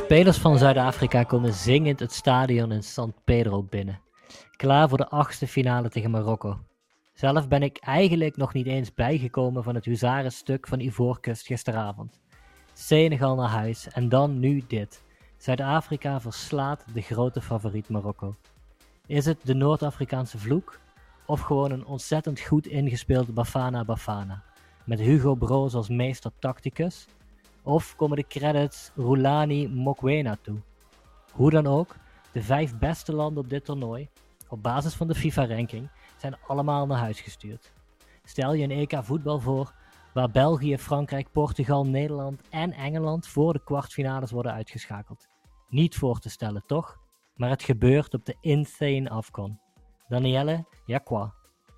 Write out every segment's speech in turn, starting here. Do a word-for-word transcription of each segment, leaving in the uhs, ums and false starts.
spelers van Zuid-Afrika komen zingend het stadion in San Pedro binnen. Klaar voor de achtste finale tegen Marokko. Zelf ben ik eigenlijk nog niet eens bijgekomen van het huzarenstuk van Ivoorkust gisteravond. Senegal naar huis en dan nu dit. Zuid-Afrika verslaat de grote favoriet Marokko. Is het de Noord-Afrikaanse vloek? Of gewoon een ontzettend goed ingespeeld Bafana Bafana? Met Hugo Broos als meester tacticus? Of komen de credits Rulani Mokoena toe? Hoe dan ook, de vijf beste landen op dit toernooi, op basis van de FIFA-ranking, zijn allemaal naar huis gestuurd. Stel je een E K voetbal voor, waar België, Frankrijk, Portugal, Nederland en Engeland voor de kwartfinales worden uitgeschakeld. Niet voor te stellen, toch? Maar het gebeurt op de insane AFCON. Danielle, ja quoi?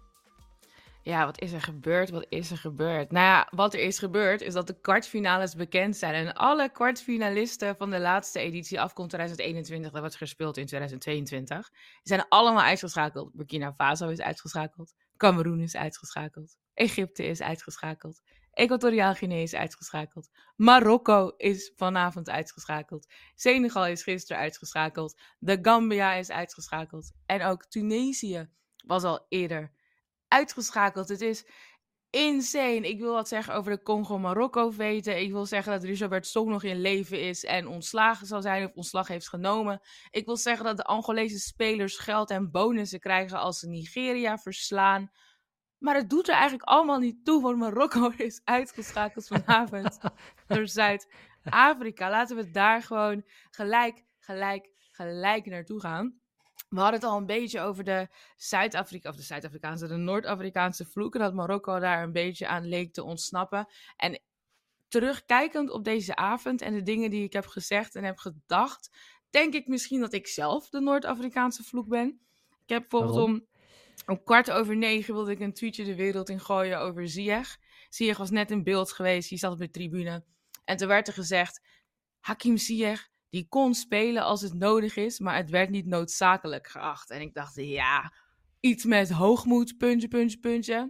Ja, wat is er gebeurd? Wat is er gebeurd? Nou ja, wat er is gebeurd is dat de kwartfinales bekend zijn. En alle kwartfinalisten van de laatste editie AFCON twintig eenentwintig, dat wordt gespeeld in twintig tweeëntwintig, die zijn allemaal uitgeschakeld. Burkina Faso is uitgeschakeld. Cameroen is uitgeschakeld. Egypte is uitgeschakeld. Equatoriaal Guinea is uitgeschakeld. Marokko is vanavond uitgeschakeld. Senegal is gisteren uitgeschakeld. De Gambia is uitgeschakeld. En ook Tunesië was al eerder uitgeschakeld. Het is insane. Ik wil wat zeggen over de Congo-Marokko-veten. Ik wil zeggen dat Rizobert Song nog in leven is en ontslagen zal zijn of ontslag heeft genomen. Ik wil zeggen dat de Angolese spelers geld en bonussen krijgen als ze Nigeria verslaan. Maar het doet er eigenlijk allemaal niet toe, want Marokko is uitgeschakeld vanavond door Zuid-Afrika. Laten we daar gewoon gelijk, gelijk, gelijk naartoe gaan. We hadden het al een beetje over de Zuid-Afrika, of de Zuid-Afrikaanse, de Noord-Afrikaanse vloeken, dat Marokko daar een beetje aan leek te ontsnappen. En terugkijkend op deze avond en de dingen die ik heb gezegd en heb gedacht, denk ik misschien dat ik zelf de Noord-Afrikaanse vloek ben. Ik heb bijvoorbeeld om, om kwart over negen wilde ik een tweetje de wereld in gooien over Ziyech. Ziyech was net in beeld geweest, die zat op de tribune. En toen werd er gezegd, Hakim Ziyech, die kon spelen als het nodig is, maar het werd niet noodzakelijk geacht. En ik dacht, ja, iets met hoogmoed, puntje, puntje, puntje.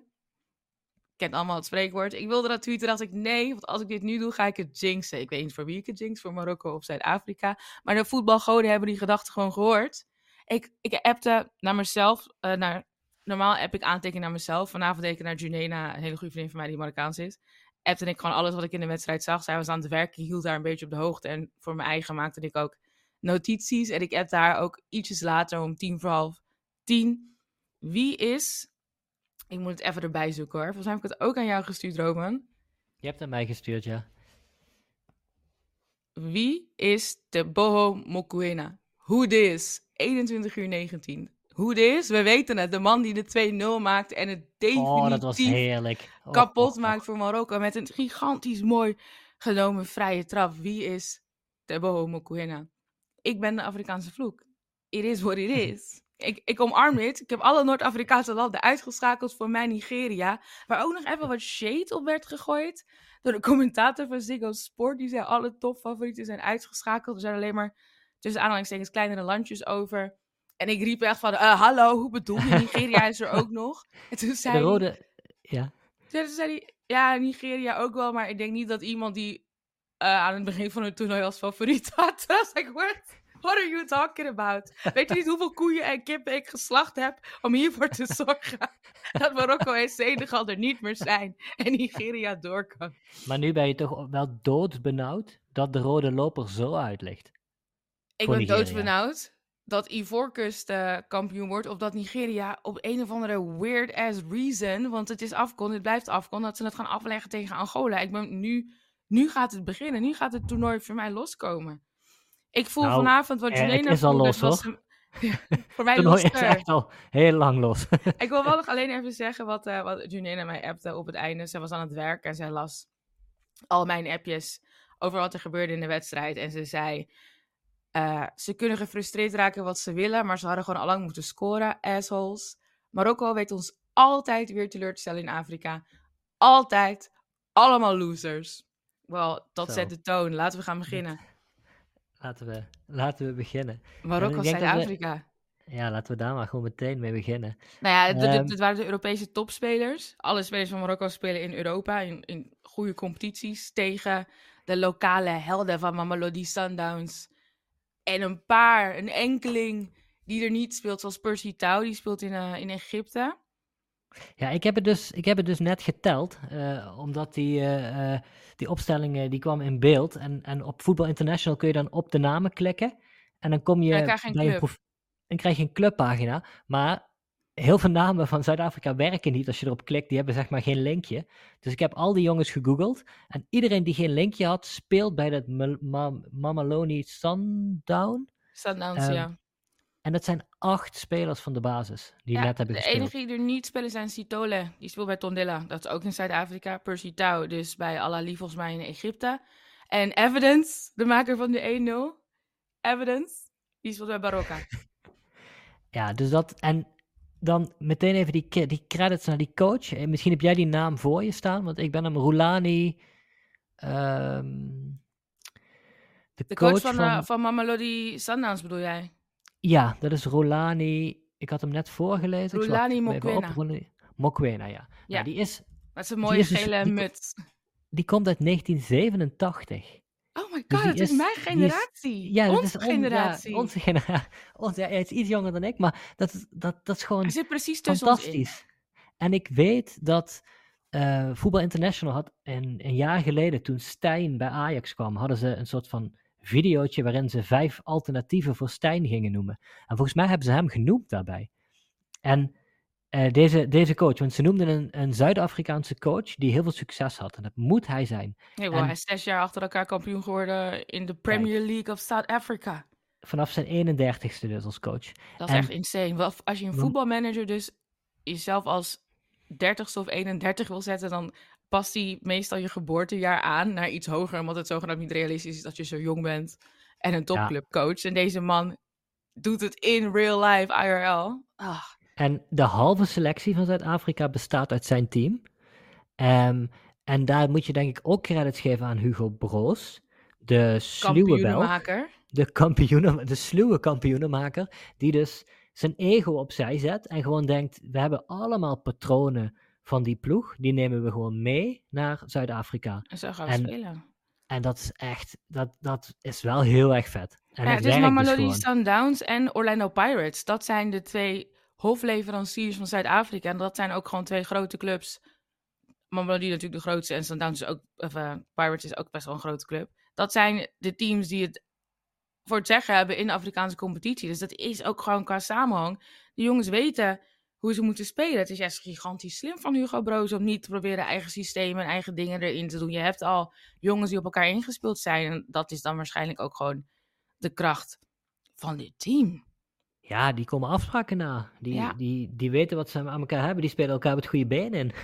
Ik ken allemaal het spreekwoord. Ik wilde dat tweeten, dacht ik, nee, want als ik dit nu doe, ga ik het jinxen. Ik weet niet voor wie ik het jinx, voor Marokko of Zuid-Afrika. Maar de voetbalgoden hebben die gedachten gewoon gehoord. Ik, ik appte naar mezelf, uh, naar, normaal app ik aantekeningen naar mezelf. Vanavond deed ik naar Junena, een hele goede vriendin van mij die Marokkaans is. Appte ik gewoon alles wat ik in de wedstrijd zag. Zij was aan het werken, hield daar een beetje op de hoogte. En voor mijn eigen maakte ik ook notities. En ik appte haar ook ietsjes later, om tien voor half tien. Wie is... Ik moet het even erbij zoeken hoor. Volgens mij heb ik het ook aan jou gestuurd, Roman. Je hebt het mij gestuurd, ja. Wie is Teboho Mokoena? Hoe dis? eenentwintig uur negentien. Hoe dis? We weten het. De man die de twee nul maakt en het definitief Oh, dat was heerlijk. Oh, kapot oh, oh. maakt voor Marokko. Met een gigantisch mooi genomen vrije trap. Wie is Teboho Mokoena? Ik ben de Afrikaanse vloek. It is what it is. Ik, ik omarm dit. Ik heb alle Noord-Afrikaanse landen uitgeschakeld voor mijn Nigeria. Waar ook nog even wat shade op werd gegooid. Door de commentator van Ziggo Sport. Die zei alle topfavorieten zijn uitgeschakeld. Er zijn alleen maar tussen aanhalingstekens kleinere landjes over. En ik riep echt van, uh, hallo, hoe bedoel je? Nigeria is er ook nog. En toen zei De rode... Ja. Toen zei hij, ja, Nigeria ook wel. Maar ik denk niet dat iemand die uh, aan het begin van het toernooi als favoriet had. Toen was ik, what? What are you talking about? Weet je niet hoeveel koeien en kippen ik geslacht heb om hiervoor te zorgen dat Marokko en Senegal er niet meer zijn en Nigeria door kan? Maar nu ben je toch wel doodbenauwd dat de rode loper zo uitligt? Ik ben doodsbenauwd dat Ivoorkust uh, kampioen wordt, of dat Nigeria op een of andere weird-ass reason, want het is AFCON, het blijft AFCON, dat ze het gaan afleggen tegen Angola. Ik ben nu, nu gaat het beginnen, nu gaat het toernooi voor mij loskomen. Ik voel nou, vanavond wat Junena Het is al los, hoor. Een... Ja, voor mij los. Het is echt al heel lang los. Ik wil wel nog alleen even zeggen wat, uh, wat Junena mij appte op het einde. Ze was aan het werk en zij las al mijn appjes over wat er gebeurde in de wedstrijd. En ze zei, uh, ze kunnen gefrustreerd raken wat ze willen, maar ze hadden gewoon al lang moeten scoren, assholes. Marokko weet ons altijd weer teleur te stellen in Afrika. Altijd. Allemaal losers. Wel, dat zet de toon. Laten we gaan beginnen. Laten we, laten we beginnen. Marokko, Zuid-Afrika. Ja, laten we daar maar gewoon meteen mee beginnen. Nou ja, dit um, waren de Europese topspelers. Alle spelers van Marokko spelen in Europa, in, in goede competities, tegen de lokale helden van Mamelodi Sundowns. En een paar, een enkeling die er niet speelt, zoals Percy Tau, die speelt in, uh, in Egypte. Ja, ik heb het dus, ik heb het dus net geteld, uh, omdat die, uh, uh, die opstelling uh, die kwam in beeld. En, en op Voetbal International kun je dan op de namen klikken. En dan kom je dan krijg je een bij club. een proef, dan krijg je een clubpagina. Maar heel veel namen van Zuid-Afrika werken niet als je erop klikt. Die hebben zeg maar geen linkje. Dus ik heb al die jongens gegoogeld. En iedereen die geen linkje had, speelt bij dat Mamelodi Sundown. Sundowns, um, ja. En dat zijn acht spelers van de basis die ja, net hebben de gespeeld. De enige die er niet spelen zijn Sitole. Die speelt bij Tondela. Dat is ook in Zuid-Afrika. Percy Tau, dus bij Al Ahly volgens mij in Egypte. En Evidence, de maker van de één nul. Evidence, die speelt bij Baroka. Ja, dus dat... En dan meteen even die, die credits naar die coach. En misschien heb jij die naam voor je staan, want ik ben hem Rulani... Um, de, de coach, coach van, van... Uh, van Mamelodi Sundowns bedoel jij? Ja, dat is Rulani. Ik had hem net voorgelezen. Rulani Mokwena. Mokwena, ja. Ja, nou, die is... Met zijn mooie gele dus, muts. Die, die komt uit negentien zevenentachtig. Oh my god, dus dat is, is mijn generatie. Is, ja, onze dat is on, generatie. Ja, onze generatie. Onze, ja, hij is iets jonger dan ik, maar dat, dat, dat is gewoon hij zit precies tussen fantastisch. Ons in. En ik weet dat uh, Voetbal International had een, een jaar geleden, toen Stijn bij Ajax kwam, hadden ze een soort van videootje waarin ze vijf alternatieven voor Stijn gingen noemen. En volgens mij hebben ze hem genoemd daarbij. En uh, deze, deze coach, want ze noemden een, een Zuid-Afrikaanse coach die heel veel succes had. En dat moet hij zijn. Nee, well, en, hij is zes jaar achter elkaar kampioen geworden in de Premier kijk, League of South Africa. Vanaf zijn eenendertigste dus als coach. Dat is en, echt insane. Als je een voetbalmanager dus jezelf als dertigste of eenendertig wil zetten, dan past hij meestal je geboortejaar aan naar iets hoger, omdat het zogenaamd niet realistisch is dat je zo jong bent en een topclub coach. En deze man doet het in real life, I R L. Ah. En de halve selectie van Zuid-Afrika bestaat uit zijn team. Um, en daar moet je denk ik ook credits geven aan Hugo Broos, de sluwe Belg. De kampioenen, de sluwe kampioenenmaker, die dus zijn ego opzij zet en gewoon denkt, we hebben allemaal patronen van die ploeg, die nemen we gewoon mee naar Zuid-Afrika. En zo gaan we en, spelen. En dat is echt, dat, dat is wel heel erg vet. En ja, het het is Mamelodi dus Sundowns en Orlando Pirates. Dat zijn de twee hofleveranciers van Zuid-Afrika. En dat zijn ook gewoon twee grote clubs. Mamelodi natuurlijk de grootste en Sundowns is ook, of, uh, Pirates is ook best wel een grote club. Dat zijn de teams die het voor het zeggen hebben in de Afrikaanse competitie. Dus dat is ook gewoon qua samenhang. De jongens weten hoe ze moeten spelen. Het is juist gigantisch slim van Hugo Broos om niet te proberen eigen systemen en eigen dingen erin te doen. Je hebt al jongens die op elkaar ingespeeld zijn. En dat is dan waarschijnlijk ook gewoon de kracht van dit team. Ja, die komen afspraken na. Die, ja. die, die weten wat ze aan elkaar hebben. Die spelen elkaar met goede benen in.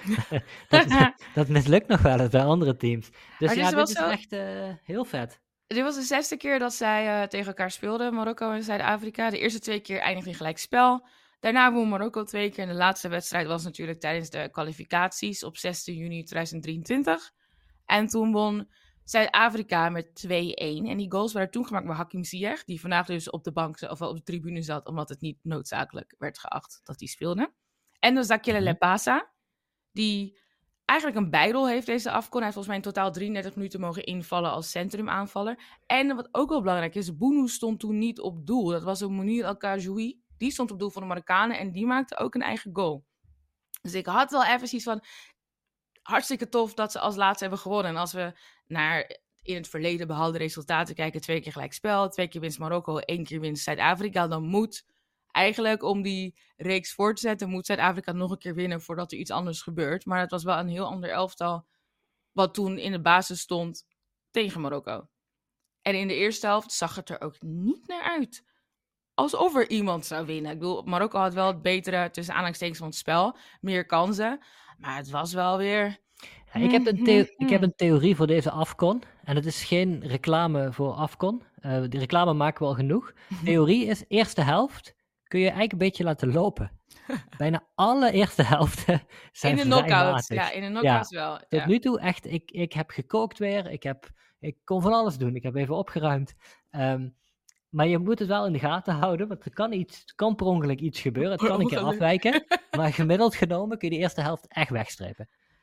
dat, dat mislukt nog wel eens bij andere teams. Dus ja, dit is zo... echt uh, heel vet. Dit was de zesde keer dat zij uh, tegen elkaar speelden, Marokko en Zuid-Afrika. De eerste twee keer eindigde in gelijk spel. Daarna won Marokko twee keer. En de laatste wedstrijd was natuurlijk tijdens de kwalificaties op zestien juni tweeduizend drieëntwintig. En toen won Zuid-Afrika met twee-een. En die goals werden toen gemaakt door Hakim Ziyech, die vandaag dus op de bank of op de tribune zat, omdat het niet noodzakelijk werd geacht dat hij speelde. En dan Zakele Lepasa, die eigenlijk een bijdel heeft deze afkon. Hij heeft volgens mij in totaal drieëndertig minuten mogen invallen als centrumaanvaller. En wat ook wel belangrijk is, Bounu stond toen niet op doel. Dat was een Mounir El Kajoui. Die stond op doel voor de Marokkanen en die maakte ook een eigen goal. Dus ik had wel even iets van, hartstikke tof dat ze als laatste hebben gewonnen. En als we naar in het verleden behaalde resultaten kijken, twee keer gelijk spel, twee keer winst Marokko, één keer winst Zuid-Afrika, dan moet eigenlijk om die reeks voort te zetten, moet Zuid-Afrika nog een keer winnen voordat er iets anders gebeurt. Maar het was wel een heel ander elftal wat toen in de basis stond tegen Marokko. En in de eerste helft zag het er ook niet naar uit alsof er iemand zou winnen. Ik bedoel, Marokko had wel het betere, tussen aanhalingstekens, van het spel, meer kansen. Maar het was wel weer... Ja, ik, heb een theo- ik heb een theorie voor deze AFCON. En het is geen reclame voor AFCON. Uh, die reclame maken we al genoeg. Theorie is, eerste helft kun je eigenlijk een beetje laten lopen. Bijna alle eerste helften zijn in de knockouts. Ja, in de knockouts ja, wel. Tot ja. nu toe echt, ik, ik heb gekookt weer. Ik, heb, ik kon van alles doen. Ik heb even opgeruimd. Um, maar je moet het wel in de gaten houden, want er kan, iets, er kan per ongeluk iets gebeuren. Het kan een keer afwijken. Maar gemiddeld genomen kun je de eerste helft echt wegstrepen.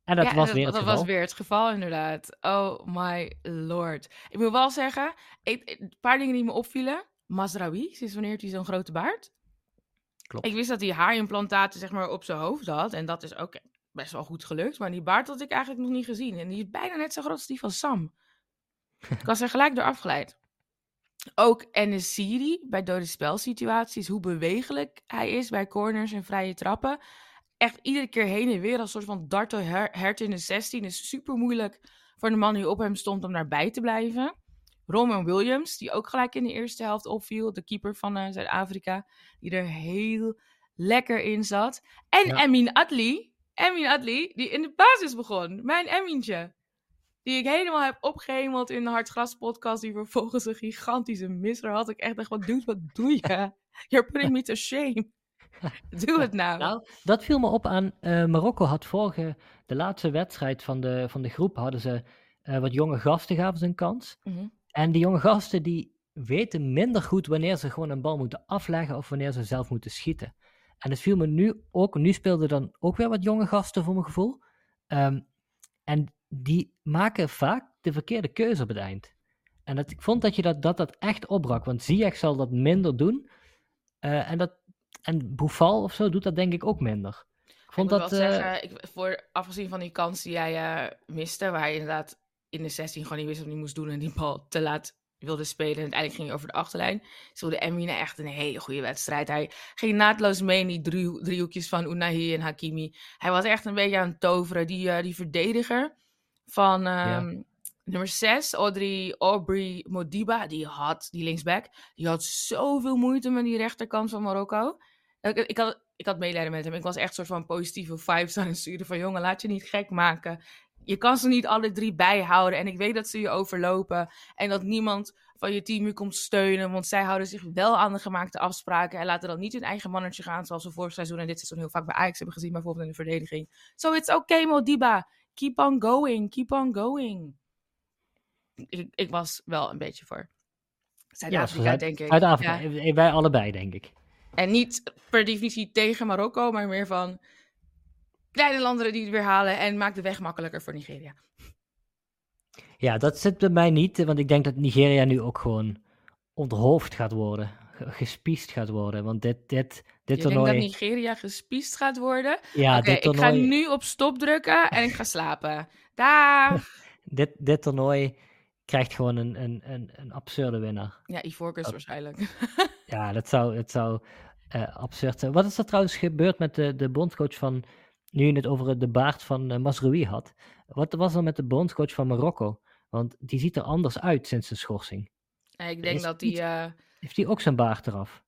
En dat Ja, was dat, weer het dat was geval. weer het geval inderdaad. Oh my lord. Ik moet wel zeggen, ik, ik- een paar dingen die me opvielen. Mazraoui, sinds wanneer heeft hij zo'n grote baard? Klopt. Ik wist dat hij haarimplantaten zeg maar op zijn hoofd had. En dat is ook best wel goed gelukt. Maar die baard had ik eigenlijk nog niet gezien. En die is bijna net zo groot als die van Sam. Ik was er gelijk door afgeleid. Ook Enesiri bij dode spelsituaties. Hoe bewegelijk hij is bij corners en vrije trappen. Echt iedere keer heen en weer als soort van dartel her hert in de zestien. Is super moeilijk voor de man die op hem stond om daarbij te blijven. Roman Williams, die ook gelijk in de eerste helft opviel. De keeper van uh, Zuid-Afrika. Die er heel lekker in zat. En Ja. Emin Adli. Emin Adli, die in de basis begon. Mijn Emmintje. Die ik helemaal heb opgehemeld in de Hartgras podcast. Die vervolgens een gigantische misser had. Ik echt dacht, wat dude, wat doe je? You're putting me to shame. Doe het nou. Nou, dat viel me op aan. Uh, Marokko had vorige, de laatste wedstrijd van de, van de groep, hadden ze uh, wat jonge gasten gaven ze een kans. Mm-hmm. En die jonge gasten die weten minder goed wanneer ze gewoon een bal moeten afleggen of wanneer ze zelf moeten schieten. En het viel me nu ook, nu speelden dan ook weer wat jonge gasten voor mijn gevoel. Um, en die maken vaak de verkeerde keuze op het eind. En dat, ik vond dat je dat, dat, dat echt opbrak, want Ziyech zal dat minder doen. Uh, en dat En Boufal of zo doet dat denk ik ook minder. Ik vond ik moet dat, wel uh... zeggen, ik, voor, afgezien van die kans die jij uh, miste, waar je inderdaad in de zestien gewoon niet wist wat hij moest doen en die bal te laat wilde spelen en uiteindelijk ging hij over de achterlijn, speelde Emine echt een hele goede wedstrijd. Hij ging naadloos mee in die drie, driehoekjes van Ounahi en Hakimi. Hij was echt een beetje aan het toveren. Die, uh, die verdediger van um, ja. nummer zes, Audrey, Aubrey Modiba, die had, die linksback, die had zoveel moeite met die rechterkant van Marokko. Ik, ik, had, ik had medelijden met hem. Ik was echt een soort van positieve vibes aan het sturen. Van jongen, laat je niet gek maken. Je kan ze niet alle drie bijhouden. En ik weet dat ze je overlopen. En dat niemand van je team je komt steunen. Want zij houden zich wel aan de gemaakte afspraken. En laten dan niet hun eigen mannetje gaan. Zoals we vorig seizoen en dit seizoen heel vaak bij Ajax hebben gezien. Bijvoorbeeld in de verdediging. So it's okay, Modiba. Keep on going. Keep on going. Ik, ik was wel een beetje voor Zuid-Afrika, ja, denk ik. Zuid-Afrika. Ja. Wij allebei, denk ik. En niet per definitie tegen Marokko, maar meer van kleine landen die het weer halen en maak de weg makkelijker voor Nigeria. Ja, dat zit bij mij niet, want ik denk dat Nigeria nu ook gewoon onthoofd gaat worden, gespiest gaat worden, want dit, dit, dit Je toernooi... denkt dat Nigeria gespiest gaat worden? Ja, Oké, dit toernooi... ik ga nu op stop drukken en ik ga slapen. Daag! dit, dit toernooi krijgt gewoon een, een, een, een absurde winnaar. Ja, Ivoorkust oh. waarschijnlijk. Ja, dat zou, dat zou uh, absurd zijn. Wat is er trouwens gebeurd met de, de bondscoach van... Nu je het over de baard van uh, Mazraoui had. Wat was er met de bondscoach van Marokko? Want die ziet er anders uit sinds de schorsing. Ja, ik denk dat die... Uh... Heeft hij ook zijn baard eraf?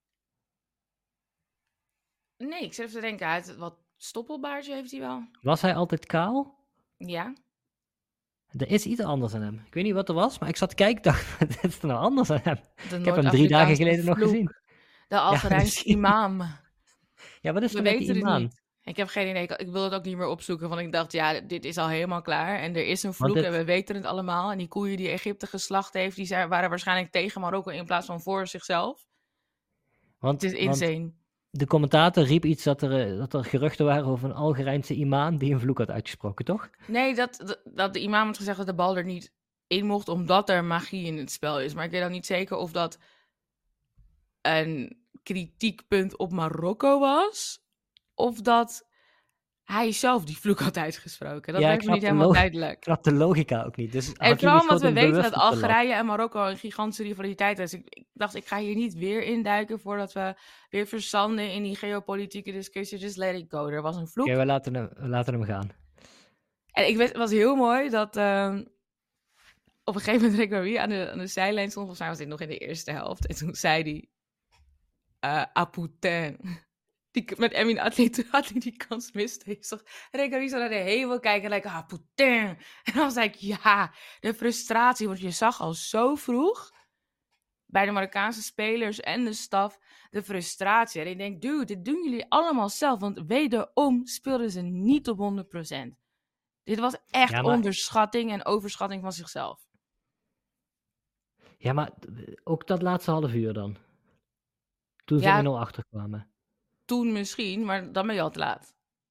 Nee, ik zit even te denken. Uit wat stoppelbaardje heeft hij wel. Was hij altijd kaal? Ja. Er is iets anders aan hem. Ik weet niet wat er was, maar ik zat te kijken en dacht, wat is er nou anders aan hem? De ik heb hem drie dagen geleden vloek. nog gezien. De Algerijnse ja, imam. Ja, wat is We er met die imam? Ik heb geen idee. Ik wil het ook niet meer opzoeken, want ik dacht, ja, dit is al helemaal klaar. En er is een vloek dit... en we weten het allemaal. En die koeien die Egypte geslacht heeft, die zijn, waren waarschijnlijk tegen Marokko in plaats van voor zichzelf. Want, het is insane. Want de commentator riep iets dat er, dat er geruchten waren over een Algerijnse imam die een vloek had uitgesproken, toch? Nee, dat, dat, dat de imam had gezegd dat de bal er niet in mocht, omdat er magie in het spel is. Maar ik weet dan niet zeker of dat een kritiekpunt op Marokko was, of dat hij zelf die vloek had uitgesproken. Dat ja, werd me niet helemaal log- duidelijk. Ik snap de logica ook niet. Dus en vooral omdat we weten dat Algerije en Marokko een gigantische rivaliteit is. Ik, ik dacht, ik ga hier niet weer induiken voordat we weer verzanden in die geopolitieke discussie. Just let it go. Er was een vloek. Oké, okay, we, laten hem, we laten hem gaan. En ik weet, het was heel mooi dat uh, op een gegeven moment Regragui aan de, aan de zijlijn stond. Volgens mij was dit nog in de eerste helft. En toen zei hij, uh, à putain. Die, met Emin Adli, toen had hij die kans miste. Regragui zou naar de hemel kijken en like, ah, putain. En dan zei ik, ja, de frustratie. Want je zag al zo vroeg bij de Marokkaanse spelers en de staf de frustratie. En ik denk, dude, dit doen jullie allemaal zelf. Want wederom speelden ze niet op honderd procent. Dit was echt ja, maar... onderschatting en overschatting van zichzelf. Ja, maar ook dat laatste half uur dan. Toen ze ja, er nul achter kwamen. Toen misschien, maar dan ben je al te laat.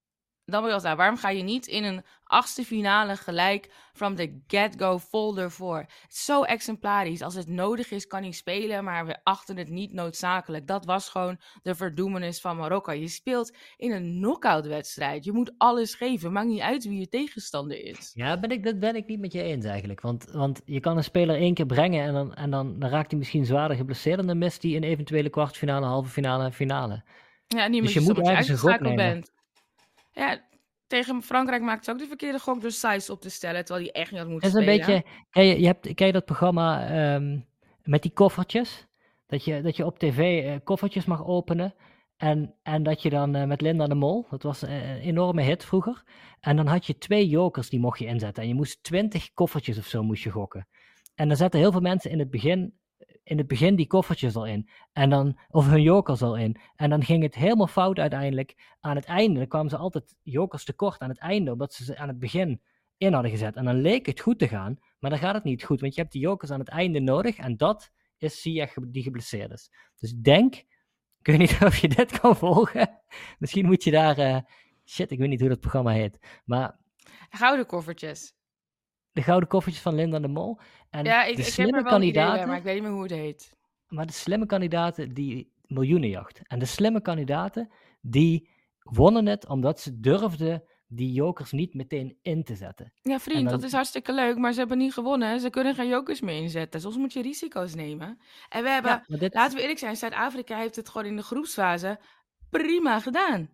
Dan wil je als daar. Waarom ga je niet in een achtste finale gelijk from the get-go vol ervoor? Het is zo exemplarisch. Als het nodig is, kan hij spelen, maar we achten het niet noodzakelijk. Dat was gewoon de verdoemenis van Marokko. Je speelt in een knock-out wedstrijd. Je moet alles geven. Maakt niet uit wie je tegenstander is. Ja, ben ik, dat ben ik niet met je eens eigenlijk. Want, want je kan een speler één keer brengen en, dan, en dan, dan raakt hij misschien zwaarder geblesseerd en dan mist hij een eventuele kwartfinale, halve finale en finale. Ja, niet Dus dus je je moet je ergens een gok uitgeschakeld nemen. bent. Ja, tegen Frankrijk maakt ze ook de verkeerde gok door Saiz op te stellen, terwijl hij echt niet had Het moeten is een spelen. beetje, ken je, je, hebt, ken je dat programma ehm, met die koffertjes? Dat je, dat je op tv eh, koffertjes mag openen. En, en dat je dan eh, met Linda de Mol, dat was eh, een enorme hit vroeger. En dan had je twee jokers die mocht je inzetten. En je moest twintig koffertjes of zo moest je gokken. En dan zetten heel veel mensen in het begin, in het begin die koffertjes al in. En dan, of hun jokers al in. En dan ging het helemaal fout uiteindelijk. Aan het einde dan kwamen ze altijd jokers tekort aan het einde, omdat ze ze aan het begin in hadden gezet. En dan leek het goed te gaan, maar dan gaat het niet goed. Want je hebt die jokers aan het einde nodig. En dat is Ziyech die geblesseerd is. Dus denk, ik weet niet of je dit kan volgen. Misschien moet je daar, uh, shit, ik weet niet hoe dat programma heet. Maar Gouden koffertjes. de gouden koffertjes van Linda de Mol. En Ja, ik, de ik heb slimme er wel een idee bij, kandidaten, maar ik weet niet meer hoe het heet. maar de slimme kandidaten die miljoenenjacht. En de slimme kandidaten die wonnen het omdat ze durfden die jokers niet meteen in te zetten. Ja, vriend, En dan- dat is hartstikke leuk, maar ze hebben niet gewonnen. Ze kunnen geen jokers meer inzetten. Soms moet je risico's nemen. En we hebben, Ja, maar dit, laten we eerlijk zijn, Zuid-Afrika heeft het gewoon in de groepsfase prima gedaan.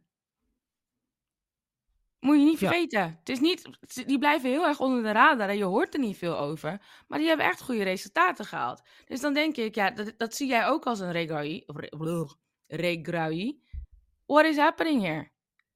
Moet je niet Ja. vergeten. Het is niet, die blijven heel erg onder de radar en je hoort er niet veel over. Maar die hebben echt goede resultaten gehaald. Dus dan denk ik, ja, dat, dat zie jij ook als een regraui. of re- blur, regraui. What is happening here?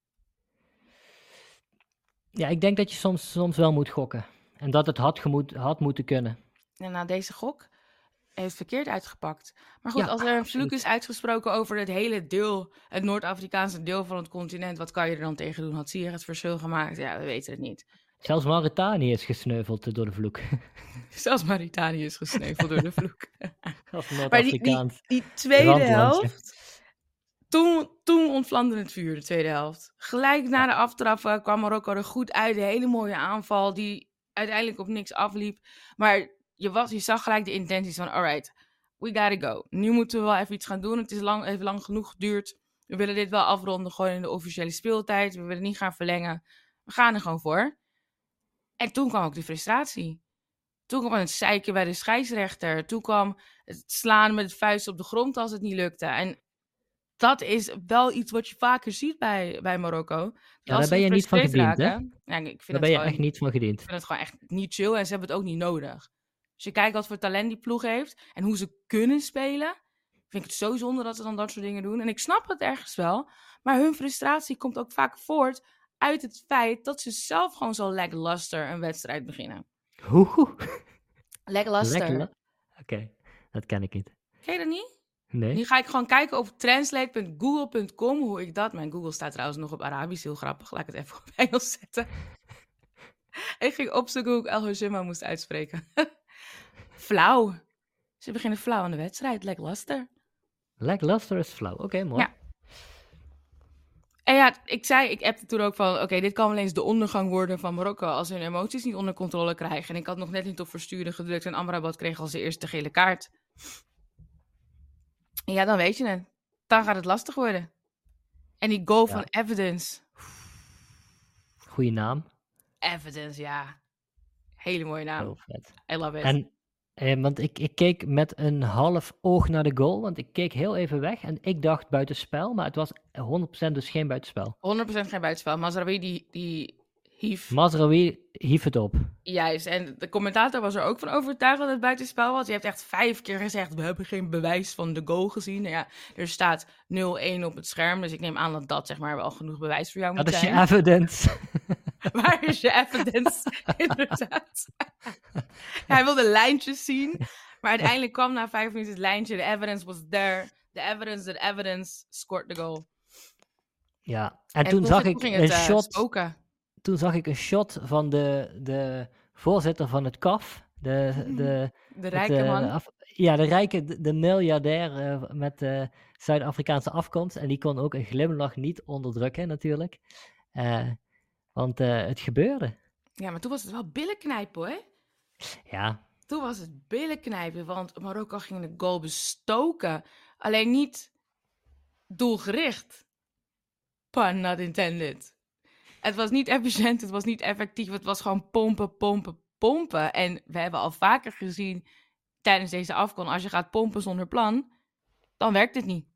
ja, ik denk dat je soms, soms wel moet gokken. En dat het had, gemoet, had moeten kunnen. En nou, deze gok heeft verkeerd uitgepakt. Maar goed, Ja, als er een absoluut. vloek is uitgesproken over het hele deel, het Noord-Afrikaanse deel van het continent, wat kan je er dan tegen doen? Had Ziyech het verschil gemaakt? Ja, we weten het niet. Zelfs Mauritanië is gesneuveld door de vloek. Zelfs Mauritanië is gesneuveld door de vloek. Als Maar die, die, Noord-Afrikaans. die tweede randlandje. helft, toen, toen ontvlamde het vuur, de tweede helft. Gelijk na de aftrappen kwam Marokko er goed uit. Een hele mooie aanval die uiteindelijk op niks afliep. Maar je, was, je zag gelijk de intenties van, alright, we gotta go. Nu moeten we wel even iets gaan doen. Het is lang, even lang genoeg geduurd. We willen dit wel afronden, gewoon in de officiële speeltijd. We willen niet gaan verlengen. We gaan er gewoon voor. En toen kwam ook de frustratie. Toen kwam het zeiken bij de scheidsrechter. Toen kwam het slaan met het vuist op de grond als het niet lukte. En dat is wel iets wat je vaker ziet bij, bij Marokko. Ja, Als daar ze ben je niet van gefrustreerd gediend, hè? raken- Ja, ik vind Daar het ben je gewoon, echt niet van ik gediend. vind het gewoon echt niet chill. En ze hebben het ook niet nodig. Als je kijkt wat voor talent die ploeg heeft. En hoe ze kunnen spelen. Vind ik het zo zonde dat ze dan dat soort dingen doen. En ik snap het ergens wel. Maar hun frustratie komt ook vaak voort uit het feit dat ze zelf gewoon zo lackluster een wedstrijd beginnen. Hoe? Lackluster. Lekker. la- Oké, dat ken ik niet. Ken je dat niet? Nee? Nu ga ik gewoon kijken op translate punt google punt com hoe ik dat... Mijn Google staat trouwens nog op Arabisch, heel grappig. Laat ik het even op Engels zetten. Ik ging opzoeken hoe ik El Hojima moest uitspreken. Flauw. Ze beginnen flauw aan de wedstrijd, lackluster. Lackluster is flauw. Oké, mooi. Ja. En ja, ik zei, ik appte toen ook van, oké, dit kan wel eens de ondergang worden van Marokko als ze hun emoties niet onder controle krijgen. En ik had nog net niet op versturen gedrukt en Amrabat kreeg als de eerste gele kaart. En ja, dan weet je het. Dan gaat het lastig worden. En die goal Ja. van Evidence. Goeie naam. Evidence, ja. Hele mooie naam. Heel vet. I love it. En, eh, want ik, ik keek met een half oog naar de goal, want ik keek heel even weg en ik dacht buitenspel, maar het was honderd procent dus geen buitenspel. honderd procent geen buitenspel. Mazraoui die, die hief. Mazraoui hief het op. Juist. En de commentator was er ook van overtuigd dat het buitenspel was. Je hebt echt vijf keer gezegd, we hebben geen bewijs van de goal gezien. Nou ja, er staat nul-een op het scherm, dus ik neem aan dat dat zeg maar wel genoeg bewijs voor jou moet Dat is je zijn. evidence. Waar is je evidence? Inderdaad. Ja, hij wilde lijntjes zien. Maar uiteindelijk kwam na vijf minuten het lijntje. The evidence was there. The evidence that evidence scored the goal. Ja, en, toen zag ging- ik ging een het, eh, shot. spoken. Toen zag ik een shot van de, de voorzitter van het C A F. De, de, De het, rijke eh, man. de Af- ja, de rijke, de, de miljardair eh, met eh, Zuid-Afrikaanse afkomst. En die kon ook een glimlach niet onderdrukken natuurlijk. Uh, want uh, het gebeurde. Ja, maar toen was het wel billenknijpen, hoor. Ja. Toen was het billenknijpen, want Marokko ging de goal bestoken. Alleen niet doelgericht. Pun not intended. Het was niet efficiënt, het was niet effectief. Het was gewoon pompen, pompen, pompen. En we hebben al vaker gezien tijdens deze AFCON, als je gaat pompen zonder plan, dan werkt het niet.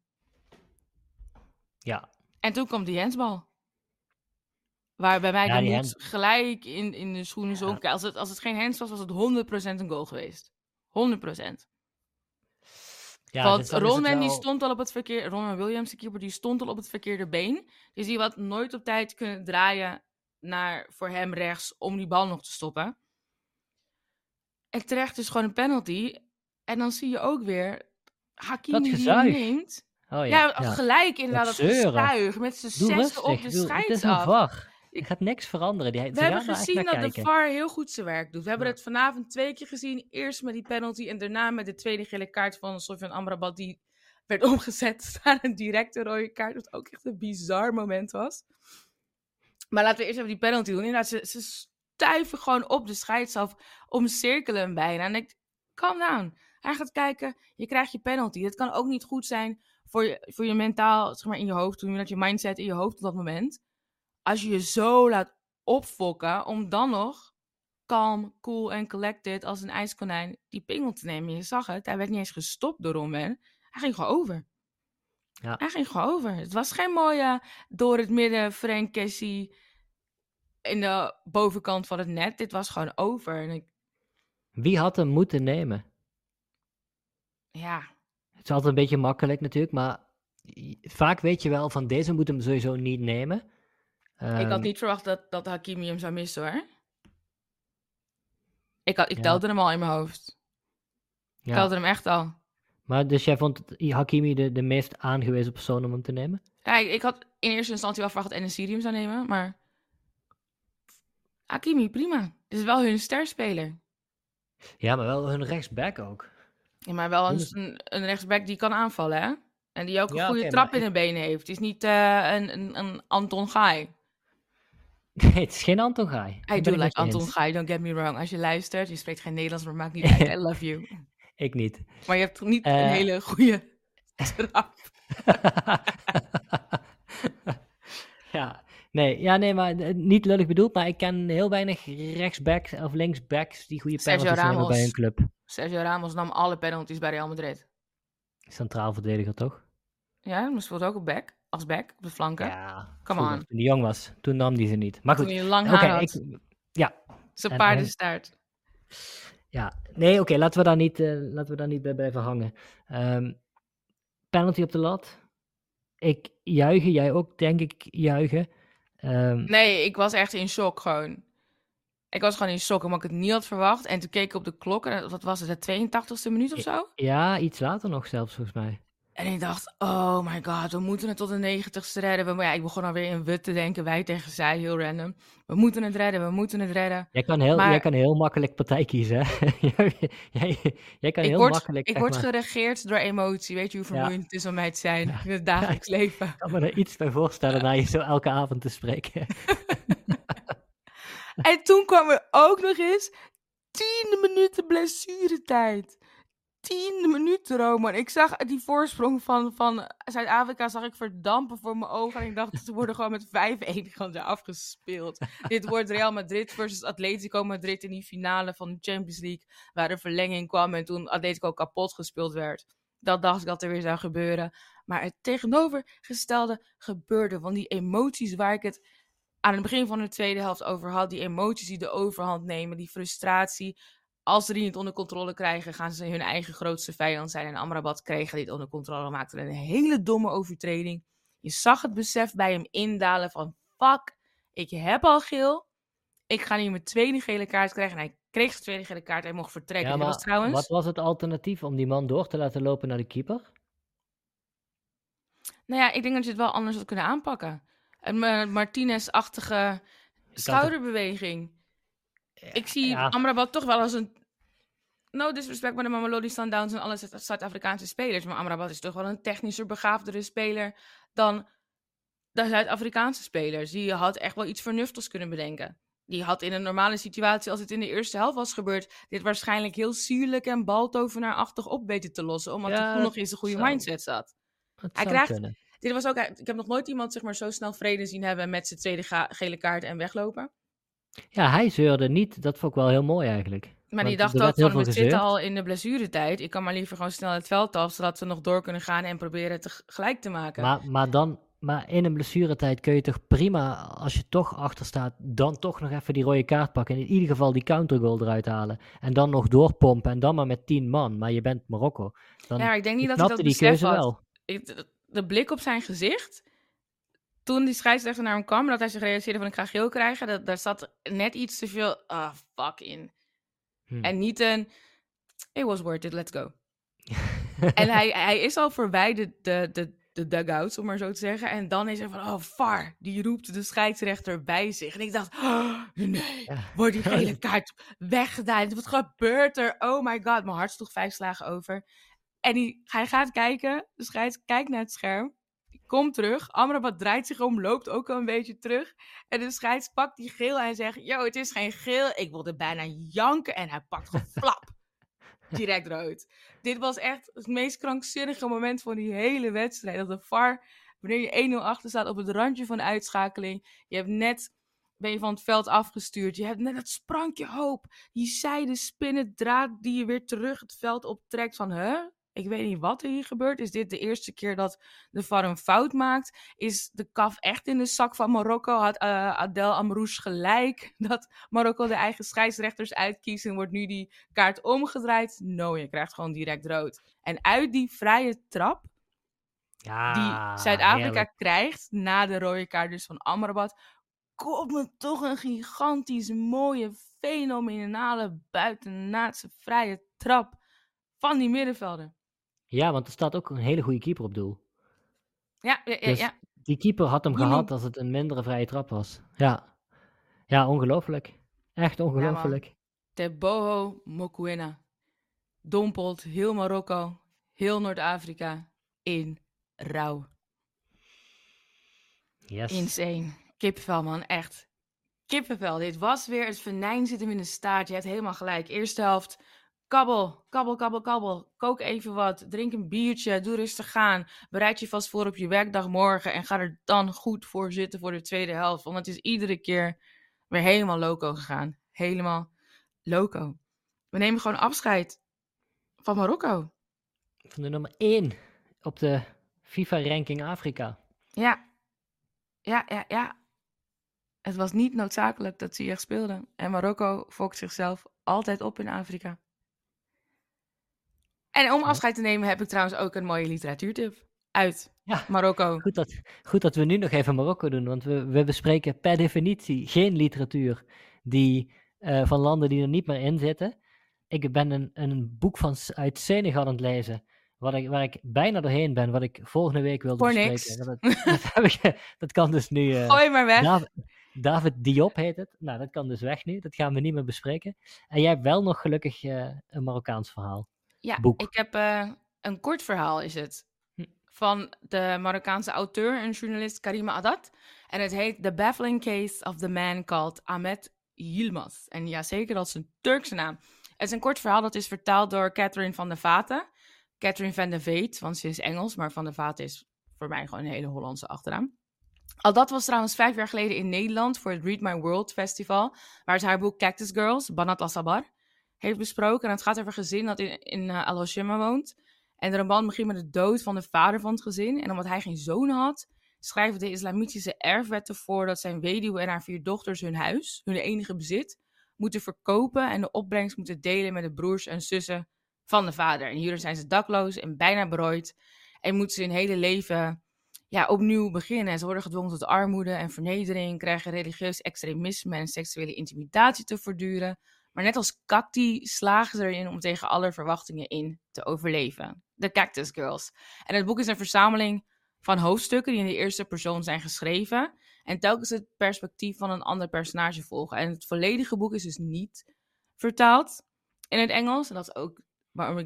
Ja. En toen kwam die handsbal. Waar bij mij ja, de moed hand... gelijk in, in de schoenen ja. zonk. Als het, als het geen hands was, was het honderd procent een goal geweest. honderd procent. Ja, Want dus Ronman wel... die stond al op het verkeerde... Ronman Williams, de keeper, die stond al op het verkeerde been. Dus die had nooit op tijd kunnen draaien naar voor hem rechts om die bal nog te stoppen. En terecht is gewoon een penalty. En dan zie je ook weer Hakimi die hem neemt. Oh, ja. Ja, ja, gelijk inderdaad dat gestuig met z'n zessen op de scheids af. Var. Er gaat niks veranderen. Die, we hebben gezien dat kijken. de V A R heel goed zijn werk doet. We hebben ja. het vanavond twee keer gezien. Eerst met die penalty en daarna met de tweede gele kaart van Sofyan Amrabat. Die werd omgezet naar een directe rode kaart. Wat ook echt een bizar moment was. Maar laten we eerst even die penalty doen. Inderdaad, ze, ze stuiven gewoon op de scheids af. Omcirkelen hem bijna. En ik, calm down. Hij gaat kijken, je krijgt je penalty. Dat kan ook niet goed zijn voor je, voor je mentaal, zeg maar in je hoofd. Toen je je mindset in je hoofd op dat moment. Als je je zo laat opfokken, om dan nog calm, cool en collected als een ijskonijn die pingel te nemen. Je zag het, hij werd niet eens gestopt door Ronman. Hij ging gewoon over. Ja. Hij ging gewoon over. Het was geen mooie door het midden Frank Kessie in de bovenkant van het net. Dit was gewoon over. En ik... Wie had hem moeten nemen? Ja. Het is altijd een beetje makkelijk natuurlijk, maar vaak weet je wel van deze moet hem sowieso niet nemen. Um, ik had niet verwacht dat, dat Hakimi hem zou missen, hoor. Ik, had, ik ja. telde hem al in mijn hoofd. Ik ja. telde hem echt al. Maar dus jij vond Hakimi de, de meest aangewezen persoon om hem te nemen? Ja, ik, ik had in eerste instantie wel verwacht dat En-Nesyri hem zou nemen, maar... Hakimi, prima. Dit is wel hun sterspeler. Ja, maar wel hun rechtsback ook. Ja, maar wel een, een, een rechtsback die kan aanvallen, hè? En die ook een ja, goede okay, trap in ik... de benen heeft. Het is niet uh, een, een, een Anton Gaai. Nee, het is geen Anton Gaai. I do like Anton Gaai, don't get me wrong. Als je luistert, je spreekt geen Nederlands, maar maakt niet uit. I love you. Ik niet. Maar je hebt niet uh... een hele goede trap. ja, nee, ja, nee, maar niet lullig bedoeld, maar ik ken heel weinig rechtsbacks of linksbacks die goede penalties nemen bij een club. Sergio Ramos nam alle penalties bij Real Madrid. Centraal verdediger, toch? Ja, maar speelde ook op back, als back, op de flanken. Ja, come on. Toen hij jong was, toen nam hij ze niet. Maar goed. Toen hij lang haar okay, had. Ik, ja. Zijn paardenstaart. Ja, nee, oké, okay, laten we daar niet, uh, laten we daar niet bij blijven hangen. Um, penalty op de lat. Ik juichen, jij ook, denk ik, juichen. Um, nee, ik was echt in shock gewoon. Ik was gewoon in shock, omdat ik het niet had verwacht. En toen keek ik op de klok, en wat was het, de tweeëntachtigste minuut of zo? Ja, iets later nog zelfs, volgens mij. En ik dacht, oh my god, we moeten het tot de negentigste redden. Maar ja, ik begon alweer in wut te denken, wij tegen zij, heel random. We moeten het redden, we moeten het redden. Jij kan heel, maar... jij kan heel makkelijk partij kiezen, hè? jij, jij kan ik heel word, makkelijk... Ik word maar... geregeerd door emotie, weet je hoe vermoeiend ja. het is om mij te zijn ja. in het dagelijks ja, leven. Ik kan me er iets bij voorstellen na je zo elke avond te spreken. En toen kwam er ook nog eens tien minuten blessuretijd. Tien minuten, Roman. Ik zag die voorsprong van, van Zuid-Afrika zag ik verdampen voor mijn ogen. En ik dacht, ze worden gewoon met vijf-een gewoon afgespeeld. Dit wordt Real Madrid versus Atletico Madrid in die finale van de Champions League. Waar de verlenging kwam en toen Atletico kapot gespeeld werd. Dat dacht ik dat er weer zou gebeuren. Maar het tegenovergestelde gebeurde. Want die emoties waar ik het aan het begin van de tweede helft over had. Die emoties die de overhand nemen. Die frustratie. Als ze die niet onder controle krijgen, gaan ze hun eigen grootste vijand zijn. En Amrabat kreeg dit onder controle, maakte een hele domme overtreding. Je zag het besef bij hem indalen van, fuck, ik heb al geel. Ik ga nu mijn tweede gele kaart krijgen. En hij kreeg zijn tweede gele kaart en hij mocht vertrekken. Ja, maar was trouwens... wat was het alternatief om die man door te laten lopen naar de keeper? Nou ja, ik denk dat je het wel anders had kunnen aanpakken. Een uh, Martinez-achtige schouderbeweging. Ik zie ja. Amrabat toch wel als een... No disrespect, maar de Mamelodi Sundowns en alle Zuid-Afrikaanse spelers. Maar Amrabat is toch wel een technischer begaafdere speler dan de Zuid-Afrikaanse spelers. Die had echt wel iets vernuftigs kunnen bedenken. Die had in een normale situatie, als het in de eerste helft was gebeurd, dit waarschijnlijk heel sierlijk en baltovenaarachtig op weten te lossen. Omdat hij Ja, toen nog het in zijn goede zou, mindset zat. het Hij zou krijgt, kunnen. dit was ook, ik heb nog nooit iemand zeg maar zo snel vrede zien hebben met zijn tweede ga- gele kaart en weglopen. Ja, hij zeurde niet. Dat vond ik wel heel mooi eigenlijk. Maar die Want dacht er ook werd heel van, veel we zitten gezeurd. al in de blessuretijd. Ik kan maar liever gewoon snel het veld af, zodat we nog door kunnen gaan en proberen het te- gelijk te maken. Maar, maar, dan, maar in een blessuretijd kun je toch prima, als je toch achter staat, dan toch nog even die rode kaart pakken. En in ieder geval die countergoal eruit halen. En dan nog doorpompen en dan maar met tien man. Maar je bent Marokko. Dan Ja, maar ik denk niet ik dat hij snapte dat die besef keuze had. wel. Ik- de- de blik op zijn gezicht, toen die scheidsrechter naar hem kwam, en dat hij zich realiseerde van ik ga geel krijgen, dat, daar zat net iets te veel, ah, fuck in. Hm. En niet een, it was worth it, let's go. En hij, hij is al voorbij de, de, de, de dugouts, om maar zo te zeggen. En dan is hij van, oh, V A R. Die roept de scheidsrechter bij zich. En ik dacht, oh, nee, Ja. wordt die gele kaart weggedaan. Wat gebeurt er? Oh my god, mijn hart sloeg vijf slagen over. En die, hij gaat kijken, de scheids kijkt naar het scherm. Komt terug, Amrabat draait zich om, loopt ook al een beetje terug. En de scheids pakt die geel en zegt, yo, het is geen geel. Ik wilde bijna janken en hij pakt gewoon flap. Direct rood. Dit was echt het meest krankzinnige moment van die hele wedstrijd. Dat de V A R, wanneer je één nul achter staat op het randje van de uitschakeling. Je hebt net, ben je van het veld afgestuurd. Je hebt net dat sprankje hoop. Die zijde spinnen draad die je weer terug het veld optrekt van, huh? Ik weet niet wat er hier gebeurt. Is dit de eerste keer dat de V A R een fout maakt? Is de kaf echt in de zak van Marokko? Had uh, Adel Amrouche gelijk dat Marokko de eigen scheidsrechters uitkiest en wordt nu die kaart omgedraaid? No, je krijgt gewoon direct rood. En uit die vrije trap Ja, die Zuid-Afrika heerlijk. krijgt na de rode kaart dus van Amrabat, komt me toch een gigantisch mooie, fenomenale buitenaardse vrije trap van die middenvelder. Ja, want er staat ook een hele goede keeper op doel. Ja, ja, ja. Dus ja. die keeper had hem Niemand- gehad als het een mindere vrije trap was. Ja, ja, ongelooflijk. Echt ongelooflijk. Teboho Mokoena dompelt heel Marokko, heel Noord-Afrika in rouw. Yes. Insane. Kippenvel, man. Echt. Kippenvel. Dit was weer het venijn zit hem in de staart. Je hebt helemaal gelijk. Eerste helft. Kabbel, kabbel, kabbel, kabbel. Kook even wat. Drink een biertje. Doe rustig aan. Bereid je vast voor op je werkdag morgen. En ga er dan goed voor zitten voor de tweede helft. Want het is iedere keer weer helemaal loco gegaan. Helemaal loco. We nemen gewoon afscheid van Marokko. Van de nummer één op de FIFA-ranking Afrika. Ja. Ja, ja, ja. Het was niet noodzakelijk dat ze echt speelden. En Marokko fokt zichzelf altijd op in Afrika. En om afscheid te nemen heb ik trouwens ook een mooie literatuurtip uit Ja, Marokko. goed dat, goed dat we nu nog even Marokko doen, want we, we bespreken per definitie geen literatuur die, uh, van landen die er niet meer in zitten. Ik ben een, een boek van, uit Senegal aan het lezen, wat ik, waar ik bijna doorheen ben, wat ik volgende week wilde Voor bespreken. niks. Dat, dat, heb ik, dat kan dus nu... Uh, Gooi maar weg. David, David Diop heet het. Nou, dat kan dus weg nu. Dat gaan we niet meer bespreken. En jij hebt wel nog gelukkig uh, een Marokkaans verhaal. Ja, Boek. ik heb uh, een kort verhaal is het. Hm. Van de Marokkaanse auteur en journalist Karima Haddad. En het heet The Baffling Case of the Man Called Ahmed Yilmaz. En ja, zeker, dat is een Turkse naam. Het is een kort verhaal dat is vertaald door Catherine van der Vaten. Catherine van der Veet, want ze is Engels. Maar van der Vaten is voor mij gewoon een hele Hollandse achternaam. Al dat was trouwens vijf jaar geleden in Nederland voor het Read My World Festival. Waar ze haar boek Cactus Girls, Banat Al-Sabar, heeft besproken. En het gaat over een gezin dat in, in uh, Al-Hoshima woont. En de roman begint met de dood van de vader van het gezin. En omdat hij geen zoon had, schrijven de islamitische erfwetten voor dat zijn weduwe en haar vier dochters hun huis, hun enige bezit, moeten verkopen en de opbrengst moeten delen met de broers en zussen van de vader. En hierdoor zijn ze dakloos en bijna berooid. En moeten ze hun hele leven ja, opnieuw beginnen. En ze worden gedwongen tot armoede en vernedering, krijgen religieus extremisme en seksuele intimidatie te voortduren. Maar net als Cacti slagen ze erin om tegen alle verwachtingen in te overleven. De Cactus Girls. En het boek is een verzameling van hoofdstukken die in de eerste persoon zijn geschreven. En telkens het perspectief van een ander personage volgen. En het volledige boek is dus niet vertaald in het Engels. En dat is ook waarom ik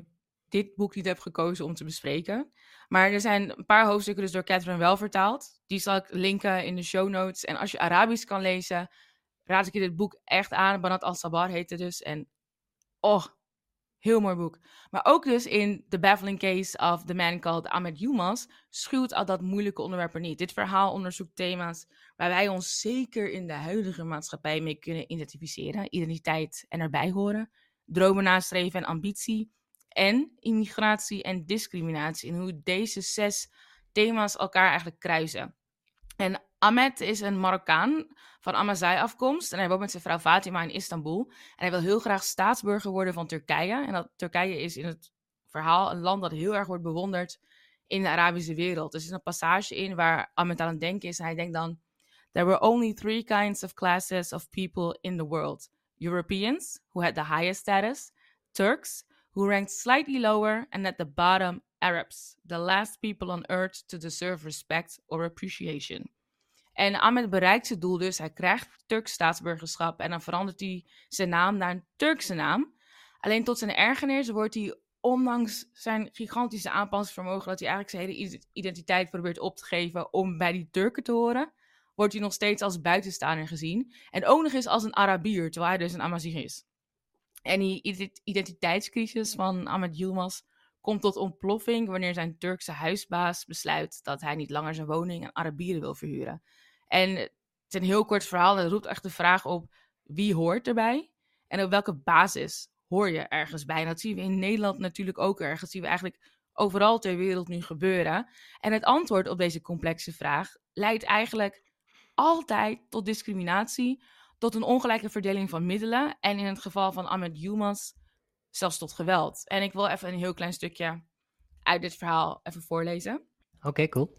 dit boek niet heb gekozen om te bespreken. Maar er zijn een paar hoofdstukken dus door Catherine wel vertaald. Die zal ik linken in de show notes. En als je Arabisch kan lezen, raad ik je dit boek echt aan. Banat al-Sabar heet het dus. En oh, heel mooi boek. Maar ook dus in The Baffling Case of the Man Called Ahmed Yilmaz schuwt al dat moeilijke onderwerp er niet. Dit verhaal onderzoekt thema's waar wij ons zeker in de huidige maatschappij mee kunnen identificeren. Identiteit en erbij horen. Dromen nastreven en ambitie. En immigratie en discriminatie. En hoe deze zes thema's elkaar eigenlijk kruisen. En Ahmed is een Marokkaan van Amazigh-afkomst. En hij woont met zijn vrouw Fatima in Istanbul. En hij wil heel graag staatsburger worden van Turkije. En dat Turkije is in het verhaal een land dat heel erg wordt bewonderd in de Arabische wereld. Dus er is een passage in waar Ahmed aan het denken is. En hij denkt dan: There were only three kinds of classes of people in the world. Europeans, who had the highest status. Turks, who ranked slightly lower. And at the bottom, Arabs, the last people on earth to deserve respect or appreciation. En Ahmed bereikt zijn doel dus. Hij krijgt Turks staatsburgerschap en dan verandert hij zijn naam naar een Turkse naam. Alleen tot zijn ergernis wordt hij, ondanks zijn gigantische aanpassingsvermogen, dat hij eigenlijk zijn hele identiteit probeert op te geven om bij die Turken te horen, wordt hij nog steeds als buitenstaander gezien. En ook nog eens als een Arabier, terwijl hij dus een Amazigh is. En die identiteitscrisis van Ahmed Yilmaz komt tot ontploffing wanneer zijn Turkse huisbaas besluit dat hij niet langer zijn woning aan Arabieren wil verhuren. En het is een heel kort verhaal en het roept echt de vraag op: wie hoort erbij? En op welke basis hoor je ergens bij? En dat zien we in Nederland natuurlijk ook erg. Dat zien we eigenlijk overal ter wereld nu gebeuren. En het antwoord op deze complexe vraag leidt eigenlijk altijd tot discriminatie, tot een ongelijke verdeling van middelen en in het geval van Ahmed Yilmaz zelfs tot geweld. En ik wil even een heel klein stukje uit dit verhaal even voorlezen. Oké, okay, cool.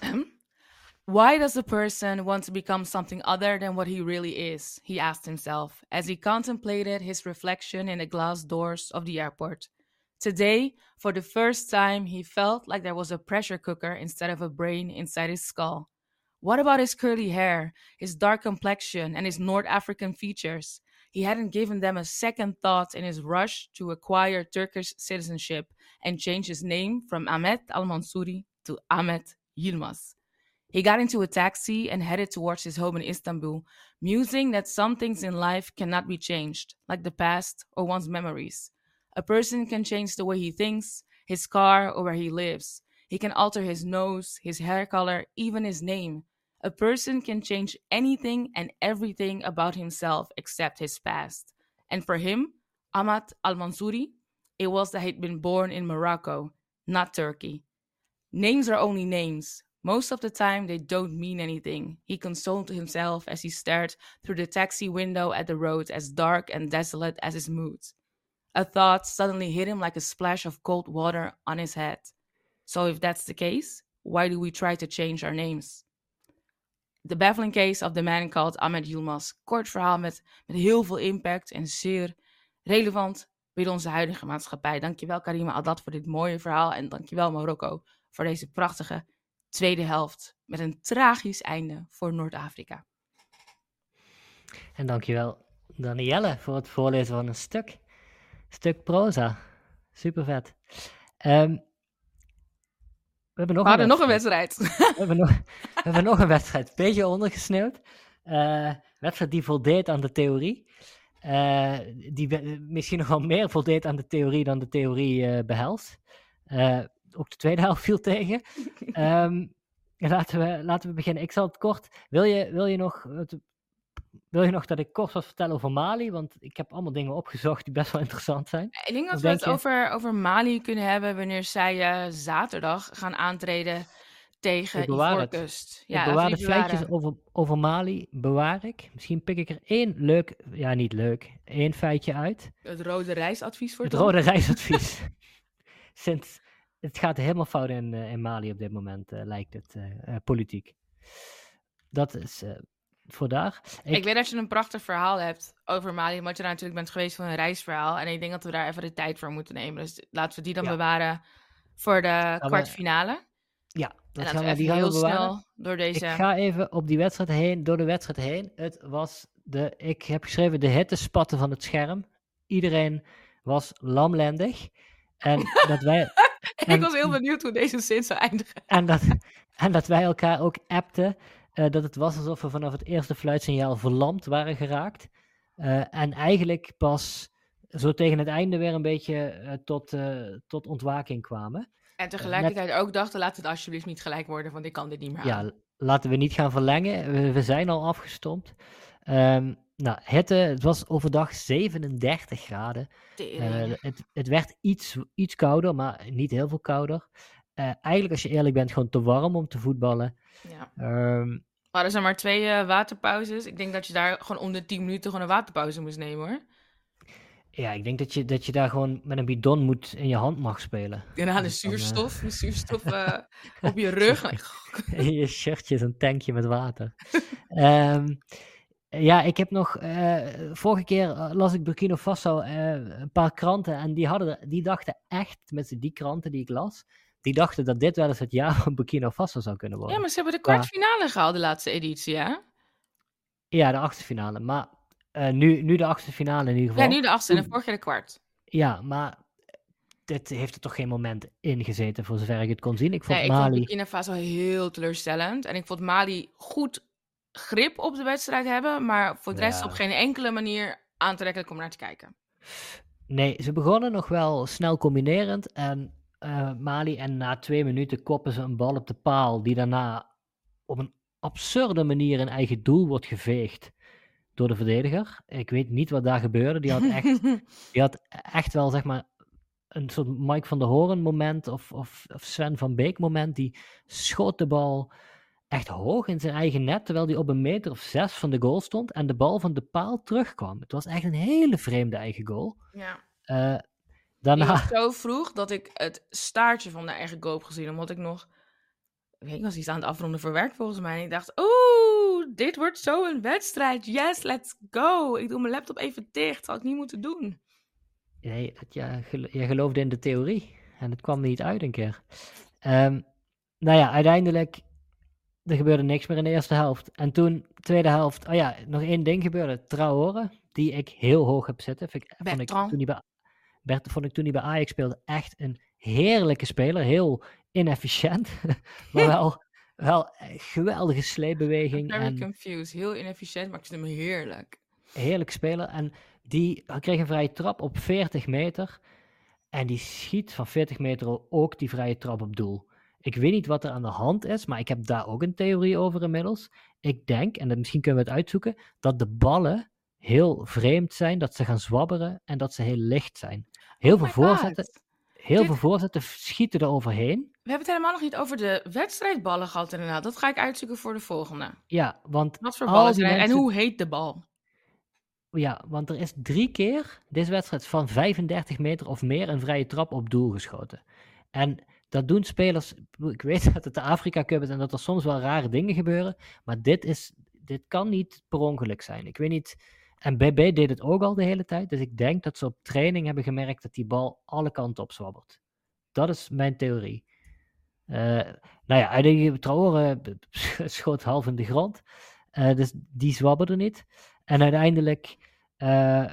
Why does a person want to become something other than what he really is? He asked himself as he contemplated his reflection in the glass doors of the airport. Today, for the first time, he felt like there was a pressure cooker instead of a brain inside his skull. What about his curly hair, his dark complexion, and his North African features? He hadn't given them a second thought in his rush to acquire Turkish citizenship and change his name from Ahmed Al-Mansouri to Ahmed Yilmaz. He got into a taxi and headed towards his home in Istanbul, musing that some things in life cannot be changed, like the past or one's memories. A person can change the way he thinks, his car, or where he lives. He can alter his nose, his hair color, even his name. A person can change anything and everything about himself except his past. And for him, Ahmed Al-Mansouri, it was that he'd been born in Morocco, not Turkey. Names are only names. Most of the time, they don't mean anything. He consoled himself as he stared through the taxi window at the road as dark and desolate as his mood. A thought suddenly hit him like a splash of cold water on his head. So if that's the case, why do we try to change our names? The Baffling Case of the Man Called Ahmed Yilmaz. Kort verhaal met, met heel veel impact en zeer relevant binnen onze huidige maatschappij. Dankjewel Karima Addad voor dit mooie verhaal. En dankjewel Marokko voor deze prachtige tweede helft. Met een tragisch einde voor Noord-Afrika. En dankjewel Danielle voor het voorlezen van een stuk. Stuk proza. Super vet. Um, We hebben nog We hadden een nog een wedstrijd. We hebben nog, we hebben nog een wedstrijd. Beetje ondergesneeuwd. Uh, wedstrijd die voldeed aan de theorie. Uh, die be- misschien nog wel meer voldeed aan de theorie dan de theorie uh, behelst. Uh, ook de tweede helft viel tegen. Um, laten, we, laten we beginnen. Ik zal het kort... Wil je, wil je nog... Het, Wil je nog dat ik kort wat vertel over Mali? Want ik heb allemaal dingen opgezocht die best wel interessant zijn. Ik denk dat Of we denk het je... over, over Mali kunnen hebben wanneer zij uh, zaterdag gaan aantreden tegen Ivoorkust. Ja, ik bewaar de feitjes over, over Mali, bewaar ik. Misschien pik ik er één leuk, ja niet leuk, één feitje uit. Het rode reisadvies voor het rode reisadvies. Sinds, het gaat helemaal fout in, uh, in Mali op dit moment, uh, lijkt het, uh, uh, politiek. Dat is... Uh, voor daar. Ik... ik weet dat je een prachtig verhaal hebt over Mali, omdat je daar natuurlijk bent geweest voor een reisverhaal. En ik denk dat we daar even de tijd voor moeten nemen. Dus laten we die dan ja. bewaren voor de ja, kwartfinale. Maar... Ja, dat en gaan we, we die heel snel door deze... Ik ga even op die wedstrijd heen, door de wedstrijd heen. Het was de, ik heb geschreven de hittespatten van het scherm. Iedereen was lamlendig. En dat wij... Ik was heel benieuwd hoe deze zin zou eindigen. En dat, en dat wij elkaar ook appten, uh, dat het was alsof we vanaf het eerste fluitsignaal verlamd waren geraakt. Uh, en eigenlijk pas zo tegen het einde weer een beetje uh, tot, uh, tot ontwaking kwamen. En tegelijkertijd uh, net... ook dachten, laat het alsjeblieft niet gelijk worden, want ik kan dit niet meer ja, aan. Laten we niet gaan verlengen. We, we zijn al afgestompt. Um, nou, hitte, het was overdag zevenendertig graden. Uh, het, het werd iets, iets kouder, maar niet heel veel kouder. Uh, eigenlijk, als je eerlijk bent, gewoon te warm om te voetballen. Ja. Um, maar er zijn maar twee uh, waterpauzes. Ik denk dat je daar gewoon om de tien minuten gewoon een waterpauze moest nemen, hoor. Ja, ik denk dat je, dat je daar gewoon met een bidon moet in je hand mag spelen. En dan de zuurstof, dan, uh... de zuurstof uh, op je rug. In je shirtje is een tankje met water. um, ja, ik heb nog... Uh, vorige keer las ik Burkina Faso uh, een paar kranten en die, hadden, die dachten echt, met die kranten die ik las, die dachten dat dit wel eens het jaar van Burkina Faso zou kunnen worden. Ja, maar ze hebben de kwartfinale maar... gehaald, de laatste editie, hè? Ja, de achtste finale, maar... Uh, nu, nu de achtste finale in ieder geval. Ja, nu de achtste en vorig jaar de kwart. Ja, maar dit heeft er toch geen moment in gezeten, voor zover ik het kon zien. Ik vond nee, Mali... ik vond Burkina Faso heel teleurstellend. En ik vond Mali goed grip op de wedstrijd hebben, maar voor de rest ja. op geen enkele manier aantrekkelijk om naar te kijken. Nee, ze begonnen nog wel snel combinerend. En uh, Mali, en na twee minuten koppen ze een bal op de paal, die daarna op een absurde manier in eigen doel wordt geveegd door de verdediger. Ik weet niet wat daar gebeurde. Die had echt, die had echt wel, zeg maar, een soort Mike van der Hoorn moment of, of, of Sven van Beek moment. Die schoot de bal echt hoog in zijn eigen net, terwijl hij op een meter of zes van de goal stond en de bal van de paal terugkwam. Het was echt een hele vreemde eigen goal. Ja. Uh, daarna... Ik was zo vroeg dat ik het staartje van de eigen goal heb gezien, omdat ik nog... Ik was iets aan het afronden voor werk volgens mij. En ik dacht, oeh, dit wordt zo een wedstrijd. Yes, let's go. Ik doe mijn laptop even dicht. Dat had ik niet moeten doen. Nee, ja, gelo- jij geloofde in de theorie. En het kwam niet uit een keer. Um, nou ja, uiteindelijk... Er gebeurde niks meer in de eerste helft. En toen, tweede helft... Oh ja, nog één ding gebeurde. Traoré, die ik heel hoog heb zitten. Vind ik, vond, ik toen hij bij, Bert, vond ik toen hij bij Ajax speelde echt een heerlijke speler. Heel inefficiënt. maar wel, wel geweldige sleepbeweging. I'm very en confused. Heel inefficiënt, maar ik vind hem heerlijk. Heerlijk speler. En die kreeg een vrije trap op veertig meter. En die schiet van veertig meter ook die vrije trap op doel. Ik weet niet wat er aan de hand is, maar ik heb daar ook een theorie over inmiddels. Ik denk, en dat, misschien kunnen we het uitzoeken, dat de ballen heel vreemd zijn, dat ze gaan zwabberen en dat ze heel licht zijn. Heel, oh veel, voorzetten, heel Dit... veel voorzetten schieten er overheen. We hebben het helemaal nog niet over de wedstrijdballen gehad inderdaad. Dat ga ik uitzoeken voor de volgende. Ja, want... Wat voor ballen zijn mensen... en hoe heet de bal? Ja, want er is drie keer deze wedstrijd van vijfendertig meter of meer een vrije trap op doel geschoten. En dat doen spelers, ik weet dat het de Afrika Cup is en dat er soms wel rare dingen gebeuren, maar dit, is, dit kan niet per ongeluk zijn. Ik weet niet, en B B deed het ook al de hele tijd, dus ik denk dat ze op training hebben gemerkt dat die bal alle kanten op zwabbert. Dat is mijn theorie. Uh, nou ja, uiteindelijk Traoré schoot half in de grond, uh, dus die zwabberde niet. En uiteindelijk uh,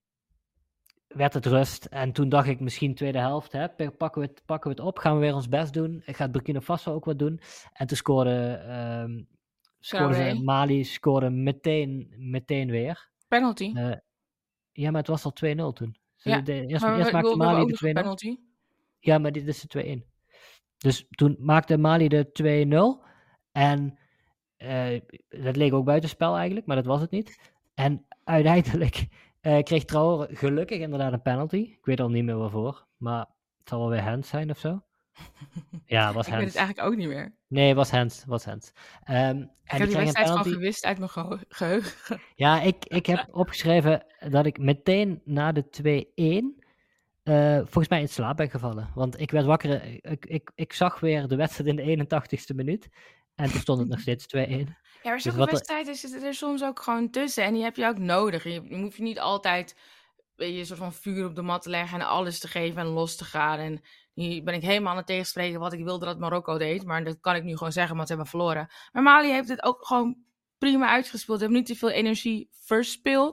werd het rust. En toen dacht ik misschien tweede helft, hè, pakken, we het, pakken we het op, gaan we weer ons best doen. Gaat Burkina Faso ook wat doen. En toen scoorde, um, scoorde ze, Mali scoorde meteen, meteen weer. Penalty? Uh, ja, maar het was al twee nul toen. Dus ja, de, eerst maar eerst we, maakte we, Mali we de twee nul. Penalty. Ja, maar dit is de twee een. Dus toen maakte Mali de twee nul. En uh, dat leek ook buitenspel eigenlijk, maar dat was het niet. En uiteindelijk uh, kreeg Traoré gelukkig inderdaad een penalty. Ik weet al niet meer waarvoor, maar het zal wel weer hands zijn of zo. Ja, het was ik hands. weet het eigenlijk ook niet meer. Nee, het was hands. was hands. Um, ik en heb die wedstrijd penalty... gewoon gewist uit mijn ge- geheugen. Ja, ik, ik heb opgeschreven dat ik meteen na de twee een uh, volgens mij in slaap ben gevallen. Want ik werd wakker, ik, ik, ik zag weer de wedstrijd in de eenentachtigste minuut. En toen stond het nog steeds twee een. Ja, maar zulke dus wedstrijden zitten er soms ook gewoon tussen. En die heb je ook nodig. Je, je hoeft je niet altijd je, een soort van vuur op de mat te leggen en alles te geven en los te gaan. En nu ben ik helemaal aan het tegenspreken wat ik wilde dat Marokko deed. Maar dat kan ik nu gewoon zeggen, want ze hebben verloren. Maar Mali heeft het ook gewoon prima uitgespeeld. Ze hebben niet te veel energie verspild.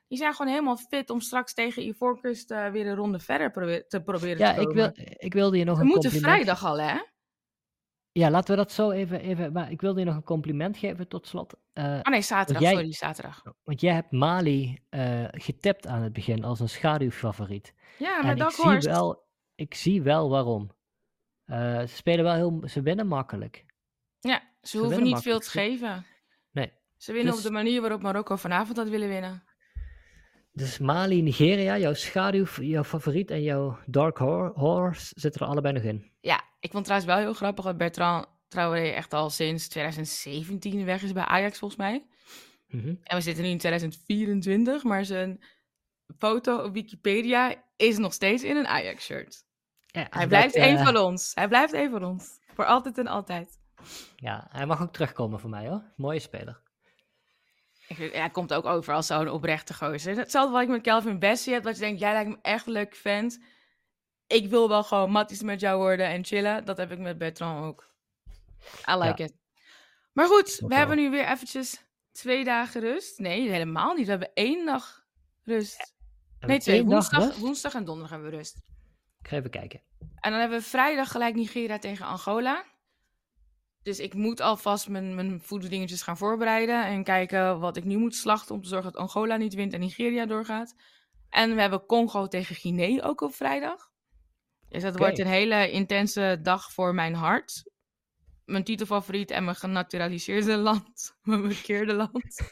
Die zijn gewoon helemaal fit om straks tegen Ivoorkust uh, weer een ronde verder probe- te proberen Ja, te ik, komen. wil, ik wilde je nog We een moeten compliment... vrijdag al, hè? Ja, laten we dat zo even... even maar ik wilde je nog een compliment geven tot slot. Uh, Oh nee, zaterdag. jij, Sorry, zaterdag. Want jij hebt Mali uh, getipt aan het begin als een schaduwfavoriet. Ja, en maar ik dat zie, wel, ik zie wel waarom. Uh, ze spelen wel heel... Ze winnen makkelijk. Ja, ze, ze hoeven niet veel te geven. Nee. Ze winnen dus, op de manier waarop Marokko vanavond had willen winnen. Dus Mali, Nigeria, jouw schaduw, jouw favoriet en jouw dark horse zitten er allebei nog in. Ja, ik vond trouwens wel heel grappig dat Bertrand Traoré echt al sinds twintig zeventien weg is bij Ajax volgens mij. Mm-hmm. En we zitten nu in twintig vierentwintig, maar zijn foto op Wikipedia is nog steeds in een Ajax-shirt. Ja, hij blijft dat, één uh... van ons. Hij blijft één van ons. Voor altijd en altijd. Ja, hij mag ook terugkomen voor mij hoor. Mooie speler. Ik vind, ja, hij komt ook over als zo'n oprechte gozer. Hetzelfde wat ik met Kelvin Bessie heb, dat je denkt, jij lijkt me echt een leuke vent. Ik wil wel gewoon matties met jou worden en chillen. Dat heb ik met Bertrand ook. I like ja. it. Maar goed, we hebben nu weer eventjes twee dagen rust. Nee, helemaal niet. We hebben één dag rust. Ja, nee, twee. Woensdag, woensdag en donderdag hebben we rust. Ik ga even kijken. En dan hebben we vrijdag gelijk Nigeria tegen Angola. Dus ik moet alvast mijn, mijn voedendingetjes gaan voorbereiden. En kijken wat ik nu moet slachten om te zorgen dat Angola niet wint en Nigeria doorgaat. En we hebben Congo tegen Guinea ook op vrijdag. Dus dat okay. wordt een hele intense dag voor mijn hart. Mijn titelfavoriet en mijn genaturaliseerde land. Mijn bekeerde land.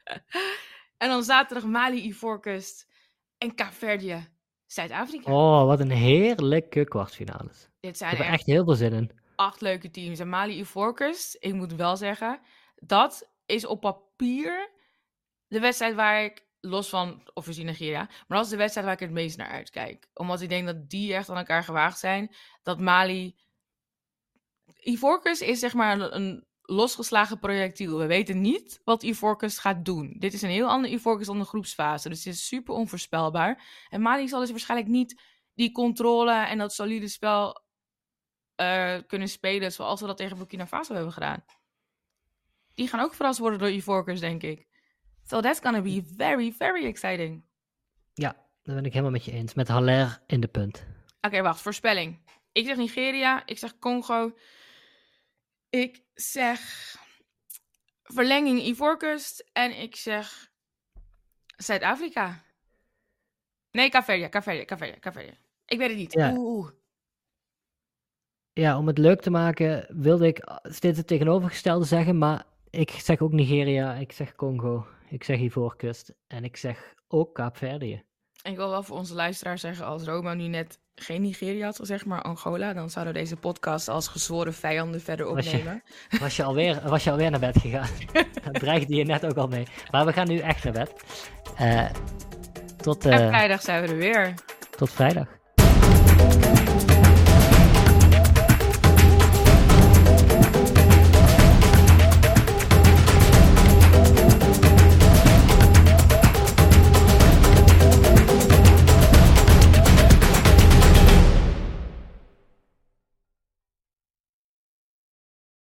En dan zaterdag Mali, Ivoorkust en Kaapverdië, Zuid-Afrika. Oh, wat een heerlijke kwartfinales. Dit zijn ik heb er echt, echt heel veel zin in. Acht leuke teams. En Mali, Ivoorkust, ik moet wel zeggen, dat is op papier de wedstrijd waar ik, los van of we zien Nigeria, maar dat is de wedstrijd waar ik het meest naar uitkijk. Omdat ik denk dat die echt aan elkaar gewaagd zijn. Dat Mali... Ivoorkust is zeg maar een, een losgeslagen projectiel. We weten niet wat Ivoorkust gaat doen. Dit is een heel ander Ivoorkust dan de groepsfase. Dus het is super onvoorspelbaar. En Mali zal dus waarschijnlijk niet die controle en dat solide spel uh, kunnen spelen zoals we dat tegen Burkina Faso hebben gedaan. Die gaan ook verrast worden door Ivoorkust, denk ik. So that's gonna be very, very exciting. Ja, dat ben ik helemaal met je eens. Met Haller in de punt. Oké, okay, wacht. Voorspelling. Ik zeg Nigeria. Ik zeg Congo. Ik zeg verlenging Ivoorkust. En ik zeg Zuid-Afrika. Nee, Kaapverdië, Kaapverdië, Kaapverdië, Kaapverdië. Ik weet het niet. Ja. Oeh. Ja, om het leuk te maken wilde ik steeds het tegenovergestelde zeggen, maar ik zeg ook Nigeria, ik zeg Congo, ik zeg Ivoorkust en ik zeg ook Kaapverdië. Ik wil wel voor onze luisteraars zeggen, als Roma nu net geen Nigeria had gezegd, maar Angola, dan zouden we deze podcast als gezworen vijanden verder opnemen. Was je, was je, alweer, was je alweer naar bed gegaan? Dat dreigde je net ook al mee. Maar we gaan nu echt naar bed. Uh, tot, uh, en vrijdag zijn we er weer. Tot vrijdag.